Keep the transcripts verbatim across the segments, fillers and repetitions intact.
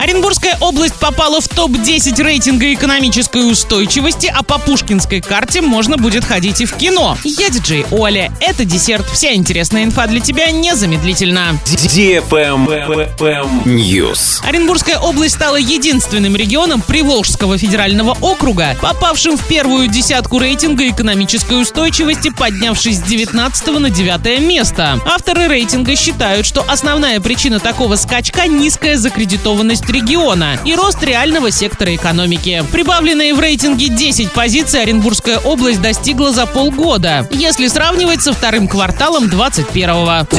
Оренбургская область попала в топ десять рейтинга экономической устойчивости, а по Пушкинской карте можно будет ходить и в кино. Я диджей Оля. Это десерт. Вся интересная инфа для тебя незамедлительно. News. Оренбургская область стала единственным регионом Приволжского федерального округа, попавшим в первую десятку рейтинга экономической устойчивости, поднявшись с девятнадцатого на девятое место. Авторы рейтинга считают, что основная причина такого скачка – низкая закредитованность региона и рост реального сектора экономики. Прибавленные в рейтинге десять позиций Оренбургская область достигла за полгода, если сравнивать со вторым кварталом двадцать первого.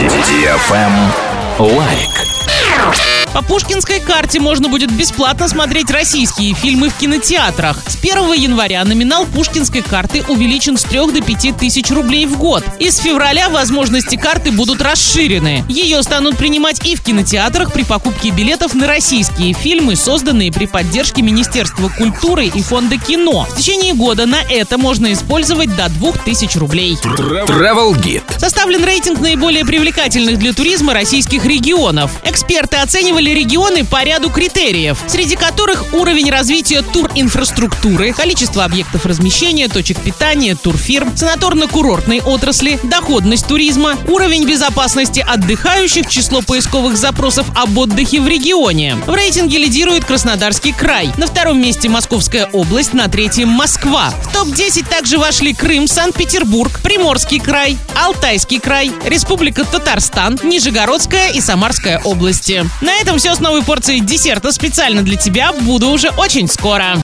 Лайк. По Пушкинской карте можно будет бесплатно смотреть российские фильмы в кинотеатрах. С первого января номинал Пушкинской карты увеличен с трёх до пяти тысяч рублей в год. И с февраля возможности карты будут расширены. Ее станут принимать и в кинотеатрах при покупке билетов на российские фильмы, созданные при поддержке Министерства культуры и Фонда кино. В течение года на это можно использовать до двух тысяч рублей. Travel Guide. Составлен рейтинг наиболее привлекательных для туризма российских регионов. Эксперты оценивали регионы по ряду критериев, среди которых уровень развития туринфраструктуры, количество объектов размещения, точек питания, турфирм, санаторно-курортной отрасли, доходность туризма, уровень безопасности отдыхающих, число поисковых запросов об отдыхе в регионе. В рейтинге лидирует Краснодарский край, на втором месте Московская область, на третьем Москва. В топ десять также вошли Крым, Санкт-Петербург, Приморский край, Алтайский край, Республика Татарстан, Нижегородская и Самарская области. На этом все с новой порцией десерта специально для тебя. Буду уже очень скоро.